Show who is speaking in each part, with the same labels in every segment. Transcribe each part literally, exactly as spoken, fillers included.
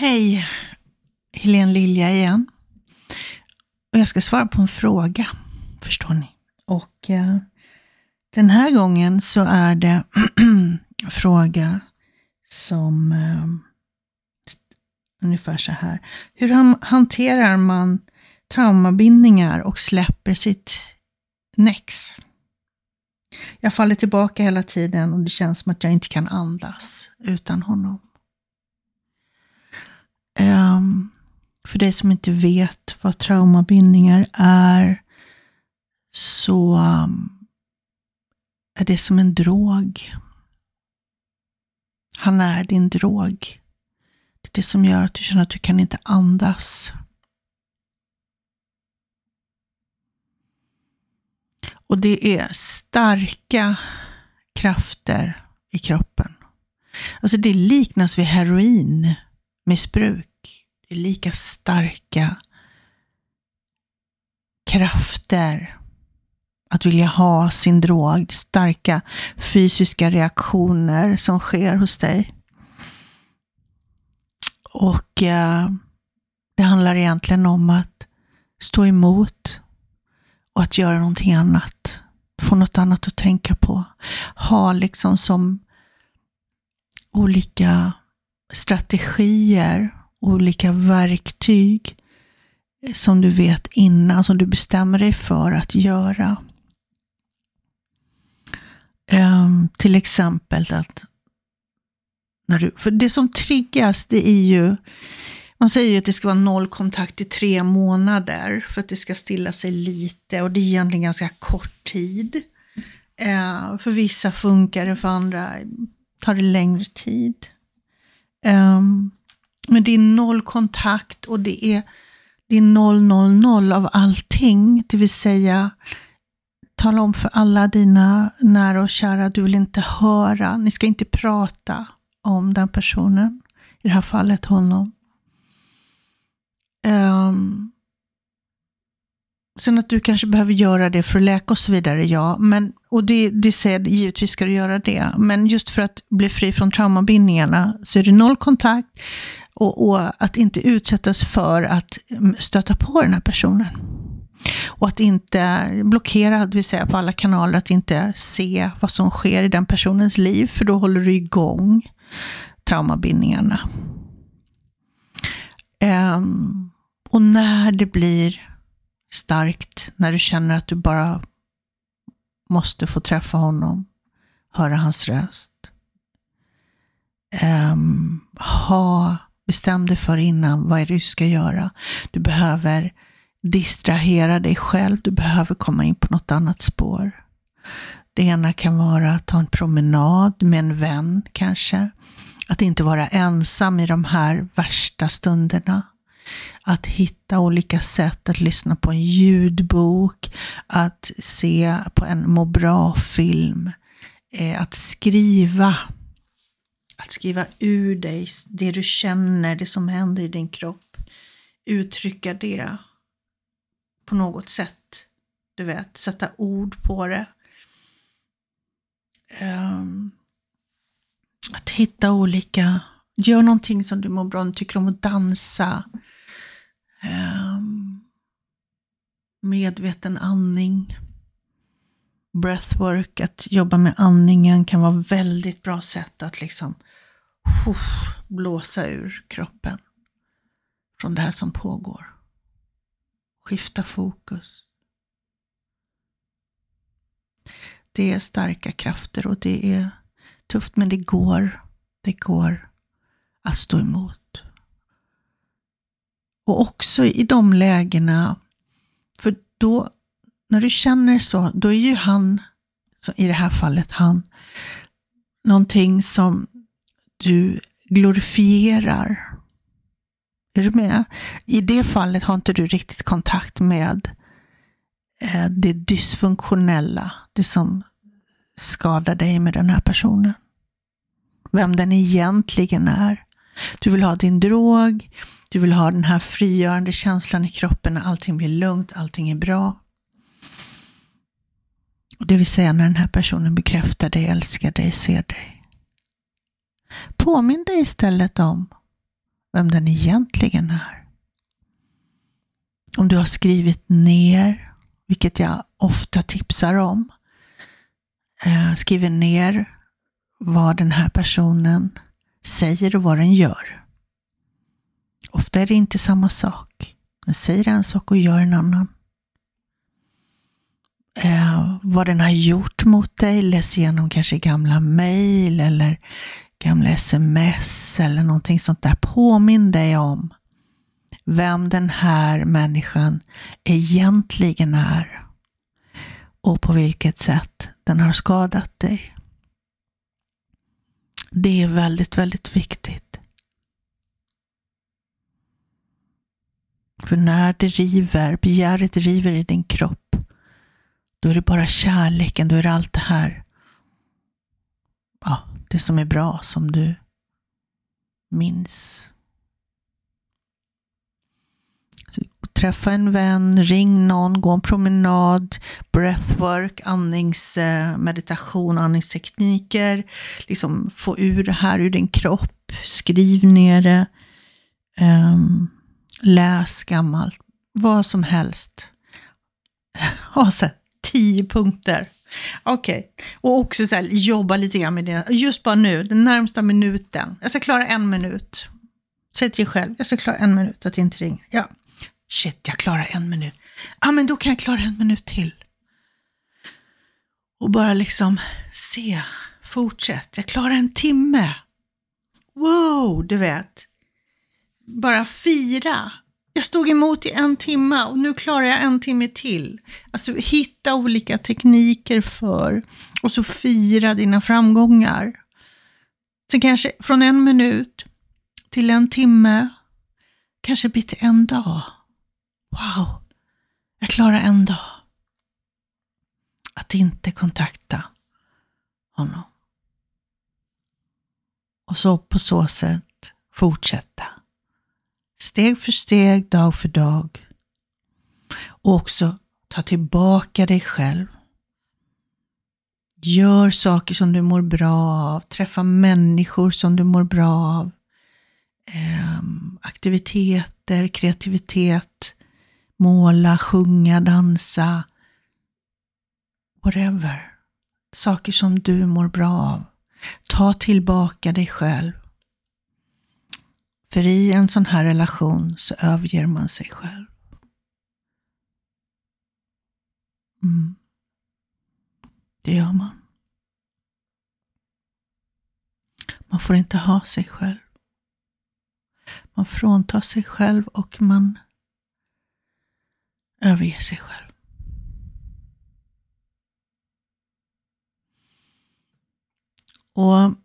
Speaker 1: Hej, Helene Lilja igen. Och jag ska svara på en fråga, förstår ni. Och eh, den här gången så är det en fråga som eh, ungefär så här. Hur han, hanterar man traumabindningar och släpper sitt nex? Jag faller tillbaka hela tiden och det känns som att jag inte kan andas utan honom. Um, för dig som inte vet vad traumabindningar är, så um, är det som en drog. Han är din drog. Det är det som gör att du känner att du kan inte andas. Och det är starka krafter i kroppen. Alltså det liknas vid heroinmissbruk. Det är lika starka krafter att vilja ha sin drog. Starka fysiska reaktioner som sker hos dig. Och eh, det handlar egentligen om att stå emot och att göra någonting annat. Få något annat att tänka på. Ha liksom som olika strategier, olika verktyg som du vet innan, som du bestämmer dig för att göra. Um, till exempel att när du, för det som triggas, det är ju, man säger ju att det ska vara noll kontakt i tre månader för att det ska stilla sig lite, och det är egentligen ganska kort tid. Uh, för vissa funkar det, för andra tar det längre tid. Um, men det är noll kontakt och det är, det är noll noll noll av allting. Det vill säga, tala om för alla dina nära och kära, du vill inte höra, ni ska inte prata om den personen, i det här fallet honom. Um, sen att du kanske behöver göra det för att läka och så vidare, ja, men, och det, det säger givetvis ska du göra det, men just för att bli fri från traumabindningarna så är det noll kontakt och, och att inte utsättas för att stöta på den här personen. Och att inte blockera, det vill säga på alla kanaler, att inte se vad som sker i den personens liv, för då håller du igång traumabindningarna. Um, och när det blir starkt, när du känner att du bara måste få träffa honom, höra hans röst, um, ha, bestäm dig för innan vad är det du ska göra. Du behöver distrahera dig själv, du behöver komma in på något annat spår. Det ena kan vara att ta en promenad med en vän kanske. Att inte vara ensam i de här värsta stunderna. Att hitta olika sätt att lyssna på en ljudbok. Att se på en må bra-film. Att skriva. Att skriva ur dig det du känner, det som händer i din kropp. Uttrycka det på något sätt. Du vet, sätta ord på det. Um, att hitta olika, gör någonting som du mår bra, du tycker om att dansa, um, medveten andning, breathwork, att jobba med andningen kan vara väldigt bra sätt att liksom huff, blåsa ur kroppen från det här som pågår. Skifta fokus. Det är starka krafter och det är tufft, men det går. Det går att stå emot. Och också i de lägena, för då, när du känner så, då är ju han, så i det här fallet han, någonting som du glorifierar. Är du med? I det fallet har inte du riktigt kontakt med eh, det dysfunktionella, det som skadar dig med den här personen. Vem den egentligen är. Du vill ha din drog, du vill ha den här frigörande känslan i kroppen när allting blir lugnt, allting är bra. Och det vill säga när den här personen bekräftar dig, älskar dig, ser dig. Påminn dig istället om vem den egentligen är. Om du har skrivit ner, vilket jag ofta tipsar om, eh, skriver ner vad den här personen säger och vad den gör. Ofta är det inte samma sak. Den säger en sak och gör en annan. Eh, vad den har gjort mot dig, läs igenom kanske gamla mejl eller gamla sms eller någonting sånt där. Påminn dig om vem den här människan egentligen är och på vilket sätt den har skadat dig. Det är väldigt, väldigt viktigt. För när det river, begäret river i din kropp, då är det bara kärleken, då är det allt det här. Ja, det som är bra som du minns. Så, träffa en vän, ring någon, gå en promenad, breathwork, andningsmeditation, andningstekniker. Liksom få ur det här ur din kropp, skriv ner det. Um, läs gammalt, vad som helst. Ha så här, tio punkter. Okej, okay. Och också så här, jobba lite grann med det. Just bara nu, den närmsta minuten. Jag ska klara en minut. Säg till dig själv, jag ska klara en minut att inte ringa. Ja, shit, jag klarar en minut. Ja, ah, men då kan jag klara en minut till. Och bara liksom se, fortsätt. Jag klarar en timme. Wow, du vet. Bara fira. Jag stod emot i en timme och nu klarar jag en timme till. Alltså hitta olika tekniker för och så fira dina framgångar. Sen kanske från en minut till en timme, kanske blir till en dag. Wow, jag klarar en dag. Att inte kontakta honom. Och så på så sätt fortsätta. Steg för steg, dag för dag. Och också ta tillbaka dig själv. Gör saker som du mår bra av. Träffa människor som du mår bra av. Ehm, aktiviteter, kreativitet. Måla, sjunga, dansa. Whatever. Saker som du mår bra av. Ta tillbaka dig själv. För i en sån här relation så överger man sig själv. Mm. Det gör man. Man får inte ha sig själv. Man fråntar sig själv och man överger sig själv. Och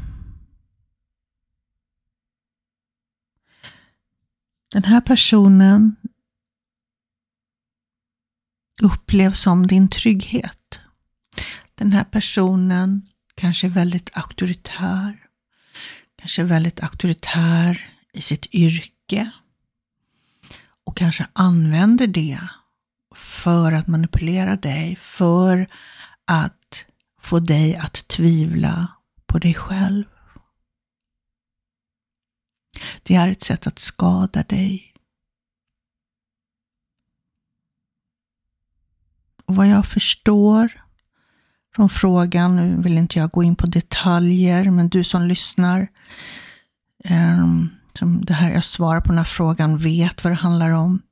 Speaker 1: den här personen upplevs som din trygghet. Den här personen kanske är väldigt auktoritär. Kanske är väldigt auktoritär i sitt yrke. Och kanske använder det för att manipulera dig. För att få dig att tvivla på dig själv. Det är ett sätt att skada dig. Och vad jag förstår från frågan, nu vill inte jag gå in på detaljer, men du som lyssnar, eh, som det här jag svarar på den här frågan, vet vad det handlar om.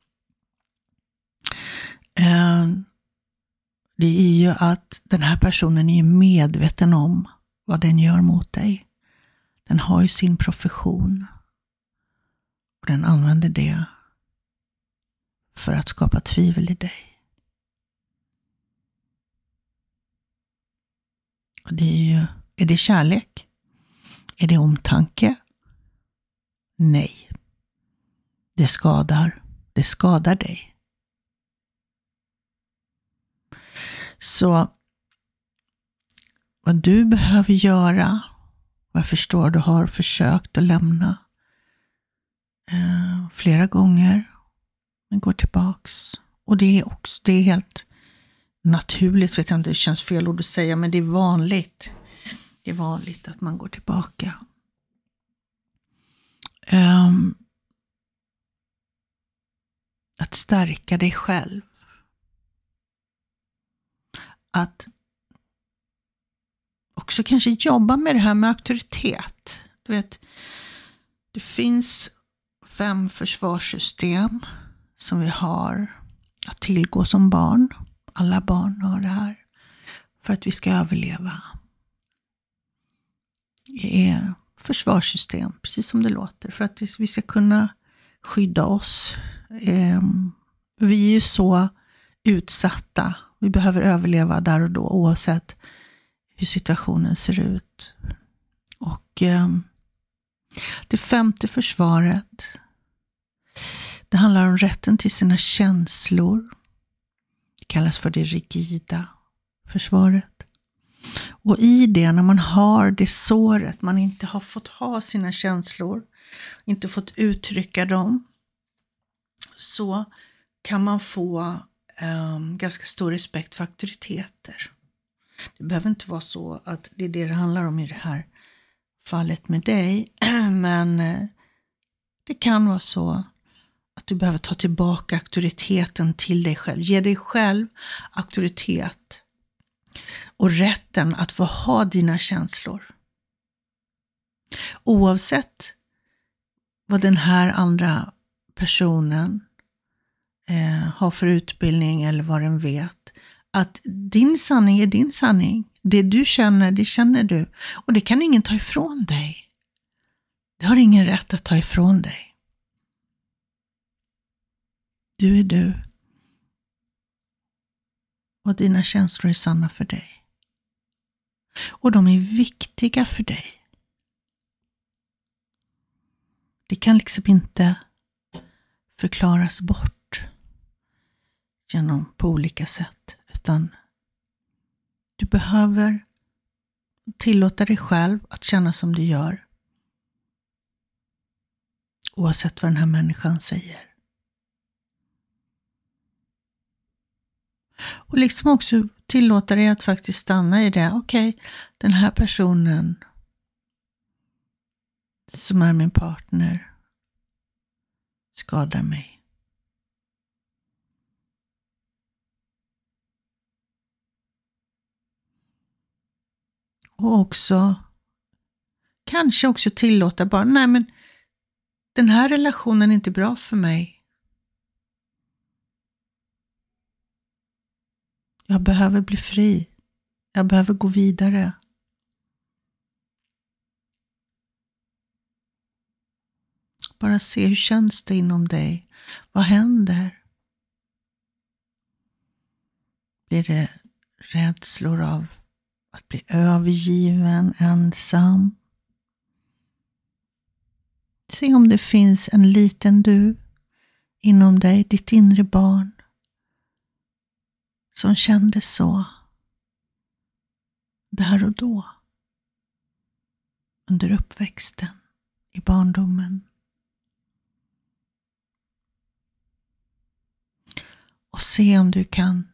Speaker 1: Eh, det är ju att den här personen är medveten om vad den gör mot dig. Den har ju sin profession. Och den använder det för att skapa tvivel i dig. Och det är ju, är det kärlek? Är det omtanke? Nej. Det skadar. Det skadar dig. Så vad du behöver göra, vad jag förstår du har försökt att lämna eh, flera gånger, men går tillbaks. Och det är också, det är helt naturligt, vet jag inte, det känns fel ord att säga, men det är vanligt. Det är vanligt att man går tillbaka. Um, stärka dig själv. Att också kanske jobba med det här med auktoritet. Du vet, det finns fem försvarssystem som vi har att tillgå som barn. Alla barn har det här. För att vi ska överleva. Det är försvarssystem, precis som det låter. För att vi ska kunna skydda oss. Vi är ju så utsatta. Vi behöver överleva där och då oavsett hur situationen ser ut. Och det femte försvaret, det handlar om rätten till sina känslor. Det kallas för det rigida försvaret. Och i det, när man har det såret, man inte har fått ha sina känslor, inte fått uttrycka dem, så kan man få um, ganska stor respekt för auktoriteter. Det behöver inte vara så att det är det det handlar om i det här fallet med dig, men det kan vara så att du behöver ta tillbaka auktoriteten till dig själv. Ge dig själv auktoritet och rätten att få ha dina känslor. Oavsett vad den här andra personen eh, har för utbildning eller vad den vet. Att din sanning är din sanning. Det du känner, det känner du. Och det kan ingen ta ifrån dig. Det har ingen rätt att ta ifrån dig. Du är du. Och dina känslor är sanna för dig. Och de är viktiga för dig. Det kan liksom inte förklaras bort genom på olika sätt. Utan du behöver tillåta dig själv att känna som du gör. Oavsett vad den här människan säger. Och liksom också tillåta dig att faktiskt stanna i det. Okej, okay, den här personen som är min partner skadar mig. Och också kanske också tillåta bara, nej men den här relationen är inte bra för mig. Jag behöver bli fri. Jag behöver gå vidare. Bara se hur känns det inom dig. Vad händer? Blir det rädslor av att bli övergiven, ensam? Se om det finns en liten du inom dig, ditt inre barn, som kände så där och då. Under uppväxten, i barndomen. Och se om du kan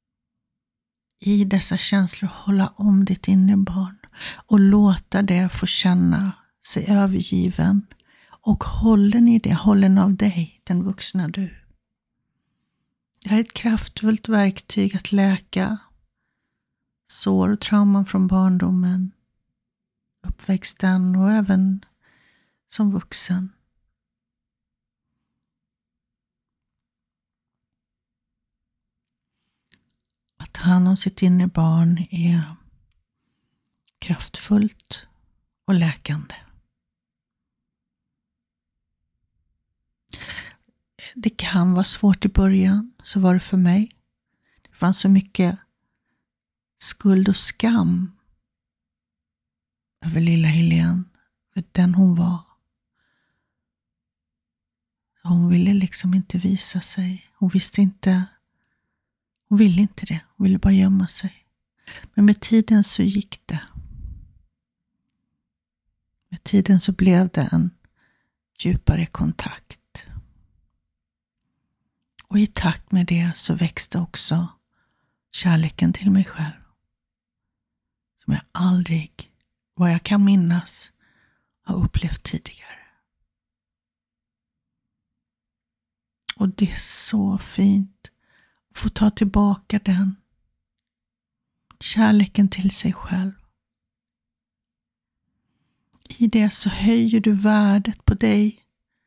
Speaker 1: i dessa känslor hålla om ditt inre barn. Och låta det få känna sig övergiven. Och hållen i det, hållen av dig, den vuxna du. Det här är ett kraftfullt verktyg att läka sår och trauman från barndomen, uppväxten och även som vuxen. Att ta hand om sitt inre barn är kraftfullt och läkande. Det kan vara svårt i början, så var det för mig. Det fanns så mycket skuld och skam över lilla Helene, över den hon var. Hon ville liksom inte visa sig. Hon visste inte, hon ville inte det. Hon ville bara gömma sig. Men med tiden så gick det. Med tiden så blev det en djupare kontakt. Och i takt med det så växte också kärleken till mig själv. Som jag aldrig, vad jag kan minnas, har upplevt tidigare. Och det är så fint att få ta tillbaka den kärleken till sig själv. I det så höjer du värdet på dig.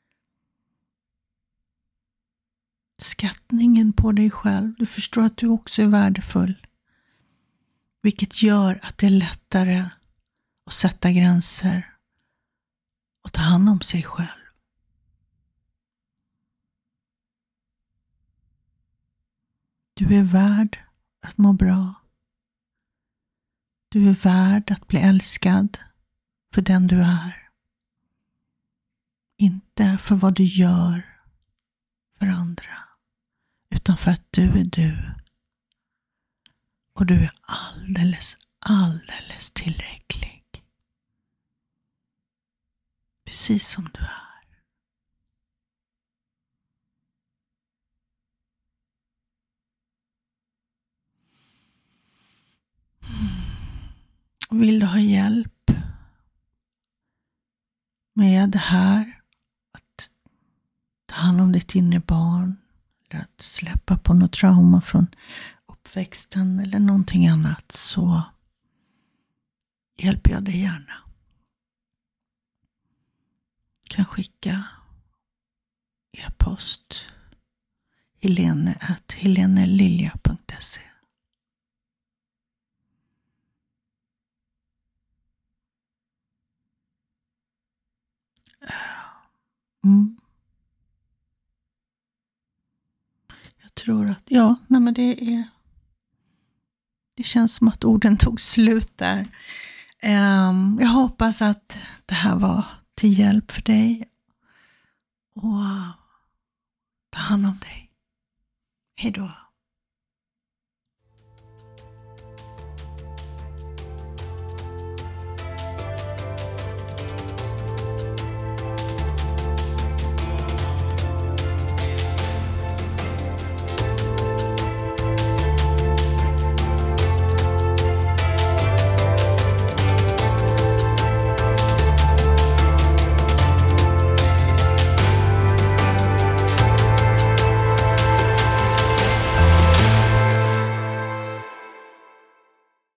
Speaker 1: Skattningen på dig själv. Du förstår att du också är värdefull. Vilket gör att det är lättare att sätta gränser och ta hand om sig själv. Du är värd att må bra. Du är värd att bli älskad för den du är. Inte för vad du gör för andra, utan för att du är du. Och du är alldeles, alldeles tillräcklig. Precis som du är. Vill du ha hjälp med det här, att ta hand om ditt inre barn, eller att släppa på något trauma från uppväxten eller någonting annat, så hjälper jag dig gärna. Du kan skicka e-post helene at helenelilja punkt se. Mm. Jag tror att, ja, nej men det är, det känns som att orden tog slut där. Um, jag hoppas att det här var till hjälp för dig. Och ta hand om dig. Hej då.